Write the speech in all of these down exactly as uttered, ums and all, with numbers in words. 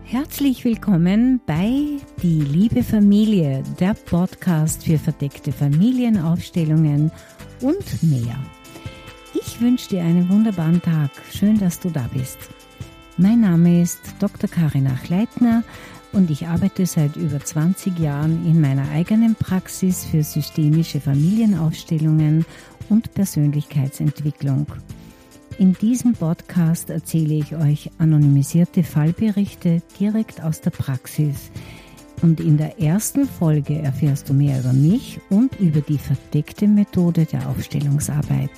Herzlich willkommen bei Die liebe Familie, der Podcast für verdeckte Familienaufstellungen und mehr. Ich wünsche dir einen wunderbaren Tag. Schön, dass du da bist. Mein Name ist Doktor Karin Achleitner und ich arbeite seit über zwanzig Jahren in meiner eigenen Praxis für systemische Familienaufstellungen und Persönlichkeitsentwicklung. In diesem Podcast erzähle ich euch anonymisierte Fallberichte direkt aus der Praxis. Und in der ersten Folge erfährst du mehr über mich und über die verdeckte Methode der Aufstellungsarbeit.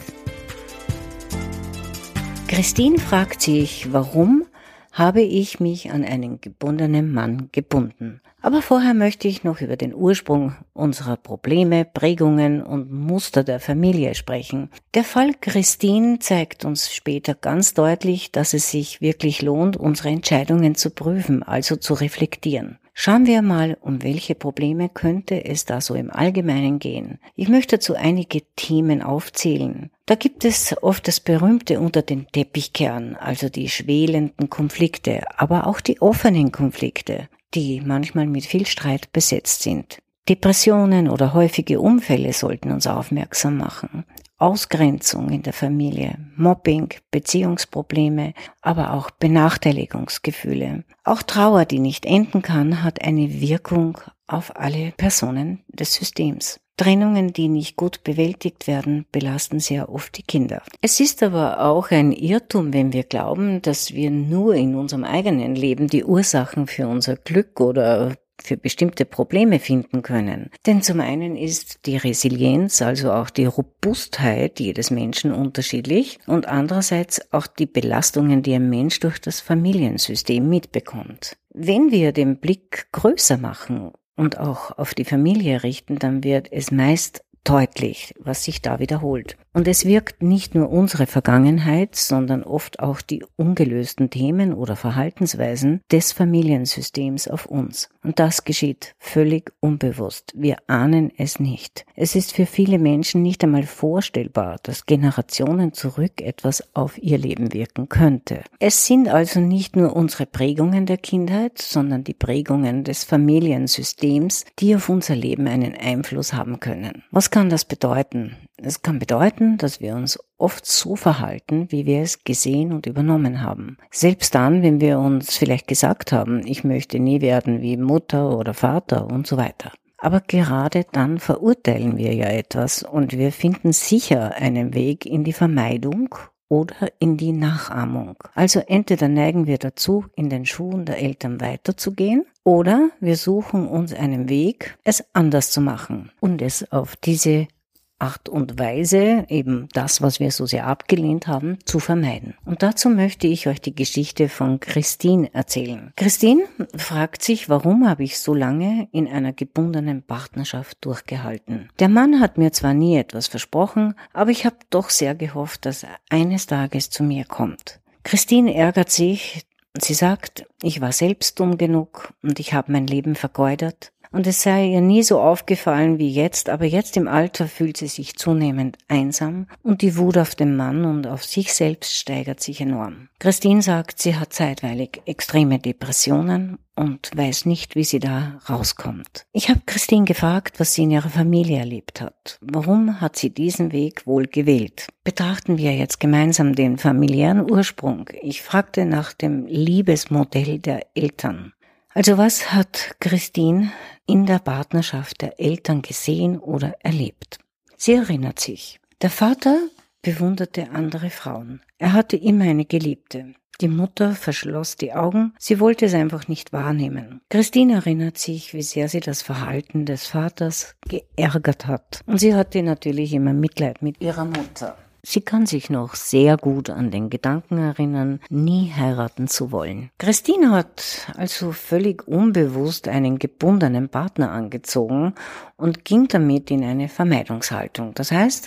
Christine fragt sich, warum habe ich mich an einen gebundenen Mann gebunden? Aber vorher möchte ich noch über den Ursprung unserer Probleme, Prägungen und Muster der Familie sprechen. Der Fall Christine zeigt uns später ganz deutlich, dass es sich wirklich lohnt, unsere Entscheidungen zu prüfen, also zu reflektieren. Schauen wir mal, um welche Probleme könnte es da so im Allgemeinen gehen. Ich möchte dazu einige Themen aufzählen. Da gibt es oft das Berühmte unter den Teppichkehren, also die schwelenden Konflikte, aber auch die offenen Konflikte, die manchmal mit viel Streit besetzt sind. Depressionen oder häufige Unfälle sollten uns aufmerksam machen. Ausgrenzung in der Familie, Mobbing, Beziehungsprobleme, aber auch Benachteiligungsgefühle. Auch Trauer, die nicht enden kann, hat eine Wirkung auf alle Personen des Systems. Trennungen, die nicht gut bewältigt werden, belasten sehr oft die Kinder. Es ist aber auch ein Irrtum, wenn wir glauben, dass wir nur in unserem eigenen Leben die Ursachen für unser Glück oder für bestimmte Probleme finden können. Denn zum einen ist die Resilienz, also auch die Robustheit jedes Menschen unterschiedlich und andererseits auch die Belastungen, die ein Mensch durch das Familiensystem mitbekommt. Wenn wir den Blick größer machen und auch auf die Familie richten, dann wird es meist deutlich, was sich da wiederholt. Und es wirkt nicht nur unsere Vergangenheit, sondern oft auch die ungelösten Themen oder Verhaltensweisen des Familiensystems auf uns. Und das geschieht völlig unbewusst. Wir ahnen es nicht. Es ist für viele Menschen nicht einmal vorstellbar, dass Generationen zurück etwas auf ihr Leben wirken könnte. Es sind also nicht nur unsere Prägungen der Kindheit, sondern die Prägungen des Familiensystems, die auf unser Leben einen Einfluss haben können. Was kann das bedeuten? Es kann bedeuten, dass wir uns oft so verhalten, wie wir es gesehen und übernommen haben. Selbst dann, wenn wir uns vielleicht gesagt haben, ich möchte nie werden wie Mutter oder Vater und so weiter. Aber gerade dann verurteilen wir ja etwas und wir finden sicher einen Weg in die Vermeidung oder in die Nachahmung. Also entweder neigen wir dazu, in den Schuhen der Eltern weiterzugehen, oder wir suchen uns einen Weg, es anders zu machen und es auf diese Art und Weise, eben das, was wir so sehr abgelehnt haben, zu vermeiden. Und dazu möchte ich euch die Geschichte von Christine erzählen. Christine fragt sich, warum habe ich so lange in einer gebundenen Partnerschaft durchgehalten? Der Mann hat mir zwar nie etwas versprochen, aber ich habe doch sehr gehofft, dass er eines Tages zu mir kommt. Christine ärgert sich. Sie sagt, ich war selbst dumm genug und ich habe mein Leben vergeudert. Und es sei ihr nie so aufgefallen wie jetzt, aber jetzt im Alter fühlt sie sich zunehmend einsam und die Wut auf den Mann und auf sich selbst steigert sich enorm. Christine sagt, sie hat zeitweilig extreme Depressionen und weiß nicht, wie sie da rauskommt. Ich habe Christine gefragt, was sie in ihrer Familie erlebt hat. Warum hat sie diesen Weg wohl gewählt? Betrachten wir jetzt gemeinsam den familiären Ursprung. Ich fragte nach dem Liebesmodell der Eltern. Also was hat Christine in der Partnerschaft der Eltern gesehen oder erlebt? Sie erinnert sich. Der Vater bewunderte andere Frauen. Er hatte immer eine Geliebte. Die Mutter verschloss die Augen, sie wollte es einfach nicht wahrnehmen. Christine erinnert sich, wie sehr sie das Verhalten des Vaters geärgert hat. Und sie hatte natürlich immer Mitleid mit ihrer Mutter. Sie kann sich noch sehr gut an den Gedanken erinnern, nie heiraten zu wollen. Christine hat also völlig unbewusst einen gebundenen Partner angezogen und ging damit in eine Vermeidungshaltung. Das heißt,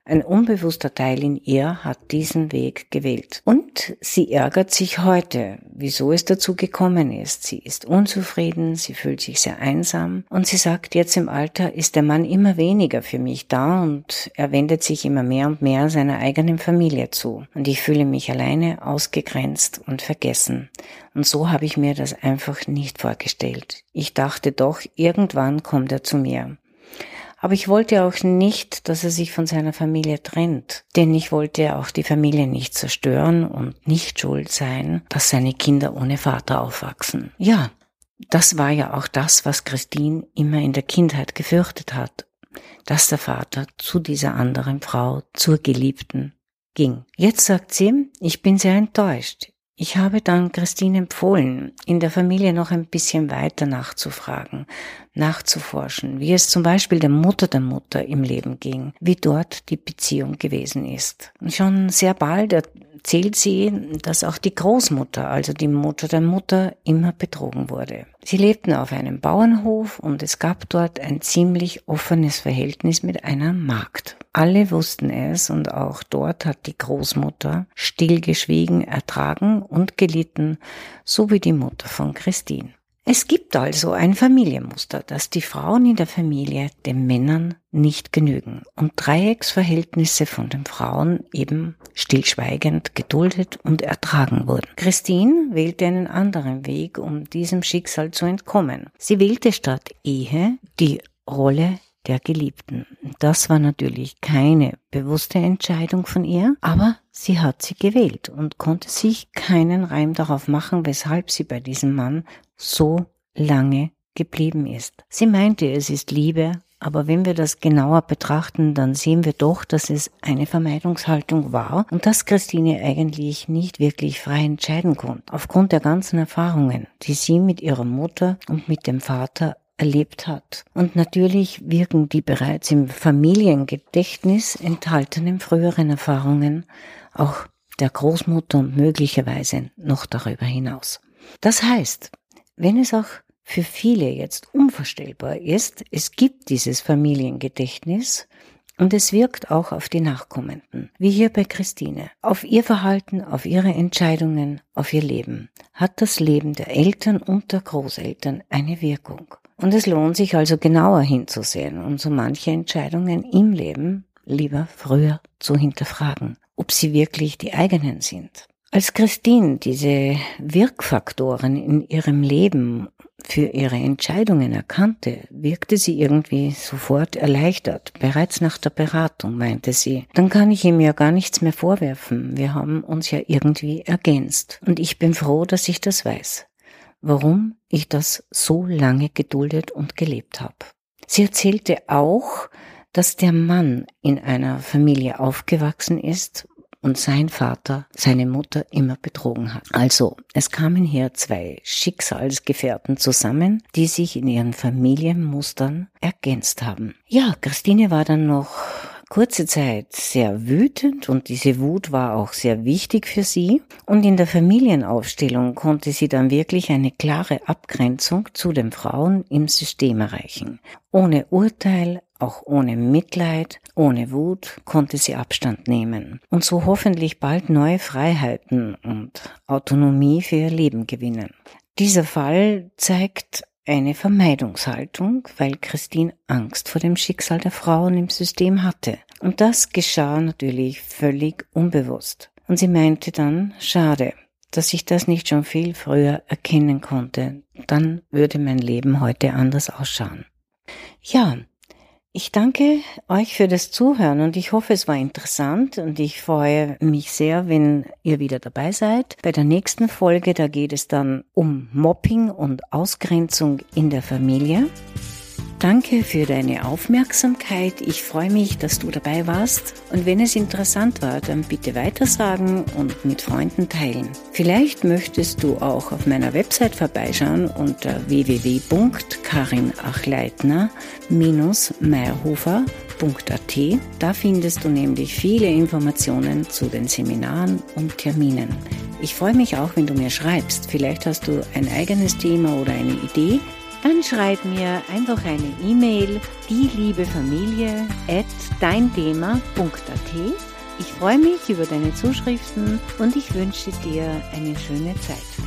Ein unbewusster Teil in ihr hat diesen Weg gewählt. Und sie ärgert sich heute, wieso es dazu gekommen ist. Sie ist unzufrieden, sie fühlt sich sehr einsam und sie sagt, jetzt im Alter ist der Mann immer weniger für mich da und er wendet sich immer mehr und mehr seiner eigenen Familie zu. Und ich fühle mich alleine, ausgegrenzt und vergessen. Und so habe ich mir das einfach nicht vorgestellt. Ich dachte doch, irgendwann kommt er zu mir. Aber ich wollte auch nicht, dass er sich von seiner Familie trennt, denn ich wollte auch die Familie nicht zerstören und nicht schuld sein, dass seine Kinder ohne Vater aufwachsen. Ja, das war ja auch das, was Christine immer in der Kindheit gefürchtet hat, dass der Vater zu dieser anderen Frau, zur Geliebten, ging. Jetzt sagt sie, ich bin sehr enttäuscht. Ich habe dann Christine empfohlen, in der Familie noch ein bisschen weiter nachzufragen, nachzuforschen, wie es zum Beispiel der Mutter der Mutter im Leben ging, wie dort die Beziehung gewesen ist. Und schon sehr bald erzählt sie, dass auch die Großmutter, also die Mutter der Mutter, immer betrogen wurde. Sie lebten auf einem Bauernhof und es gab dort ein ziemlich offenes Verhältnis mit einer Magd. Alle wussten es und auch dort hat die Großmutter stillgeschwiegen, ertragen und gelitten, so wie die Mutter von Christine. Es gibt also ein Familienmuster, dass die Frauen in der Familie den Männern nicht genügen und Dreiecksverhältnisse von den Frauen eben stillschweigend geduldet und ertragen wurden. Christine wählte einen anderen Weg, um diesem Schicksal zu entkommen. Sie wählte statt Ehe die Rolle der Geliebten. Das war natürlich keine bewusste Entscheidung von ihr, aber sie hat sie gewählt und konnte sich keinen Reim darauf machen, weshalb sie bei diesem Mann so lange geblieben ist. Sie meinte, es ist Liebe, aber wenn wir das genauer betrachten, dann sehen wir doch, dass es eine Vermeidungshaltung war und dass Christine eigentlich nicht wirklich frei entscheiden konnte, aufgrund der ganzen Erfahrungen, die sie mit ihrer Mutter und mit dem Vater erlebt hat. Und natürlich wirken die bereits im Familiengedächtnis enthaltenen früheren Erfahrungen auch der Großmutter und möglicherweise noch darüber hinaus. Das heißt, wenn es auch für viele jetzt unvorstellbar ist, es gibt dieses Familiengedächtnis und es wirkt auch auf die Nachkommenden, wie hier bei Christine. Auf ihr Verhalten, auf ihre Entscheidungen, auf ihr Leben hat das Leben der Eltern und der Großeltern eine Wirkung. Und es lohnt sich also genauer hinzusehen und so manche Entscheidungen im Leben lieber früher zu hinterfragen, ob sie wirklich die eigenen sind. Als Christine diese Wirkfaktoren in ihrem Leben für ihre Entscheidungen erkannte, wirkte sie irgendwie sofort erleichtert. Bereits nach der Beratung meinte sie, dann kann ich ihm ja gar nichts mehr vorwerfen. Wir haben uns ja irgendwie ergänzt. Und ich bin froh, dass ich das weiß, warum ich das so lange geduldet und gelebt habe. Sie erzählte auch, dass der Mann in einer Familie aufgewachsen ist und sein Vater seine Mutter immer betrogen hat. Also, es kamen hier zwei Schicksalsgefährten zusammen, die sich in ihren Familienmustern ergänzt haben. Ja, Christine war dann noch kurze Zeit sehr wütend und diese Wut war auch sehr wichtig für sie. Und in der Familienaufstellung konnte sie dann wirklich eine klare Abgrenzung zu den Frauen im System erreichen. Ohne Urteil, auch ohne Mitleid, ohne Wut konnte sie Abstand nehmen und so hoffentlich bald neue Freiheiten und Autonomie für ihr Leben gewinnen. Dieser Fall zeigt eine Vermeidungshaltung, weil Christine Angst vor dem Schicksal der Frauen im System hatte. Und das geschah natürlich völlig unbewusst. Und sie meinte dann, schade, dass ich das nicht schon viel früher erkennen konnte. Dann würde mein Leben heute anders ausschauen. Ja, ich danke euch für das Zuhören und ich hoffe, es war interessant und ich freue mich sehr, wenn ihr wieder dabei seid. Bei der nächsten Folge, da geht es dann um Mobbing und Ausgrenzung in der Familie. Danke für deine Aufmerksamkeit. Ich freue mich, dass du dabei warst. Und wenn es interessant war, dann bitte weitersagen und mit Freunden teilen. Vielleicht möchtest du auch auf meiner Website vorbeischauen unter w w w punkt karin achleitner Bindestrich meierhofer punkt a t. Da findest du nämlich viele Informationen zu den Seminaren und Terminen. Ich freue mich auch, wenn du mir schreibst. Vielleicht hast du ein eigenes Thema oder eine Idee, dann schreib mir einfach eine E-Mail, dieliebefamilie at deinthema punkt at. Ich freue mich über deine Zuschriften und ich wünsche dir eine schöne Zeit.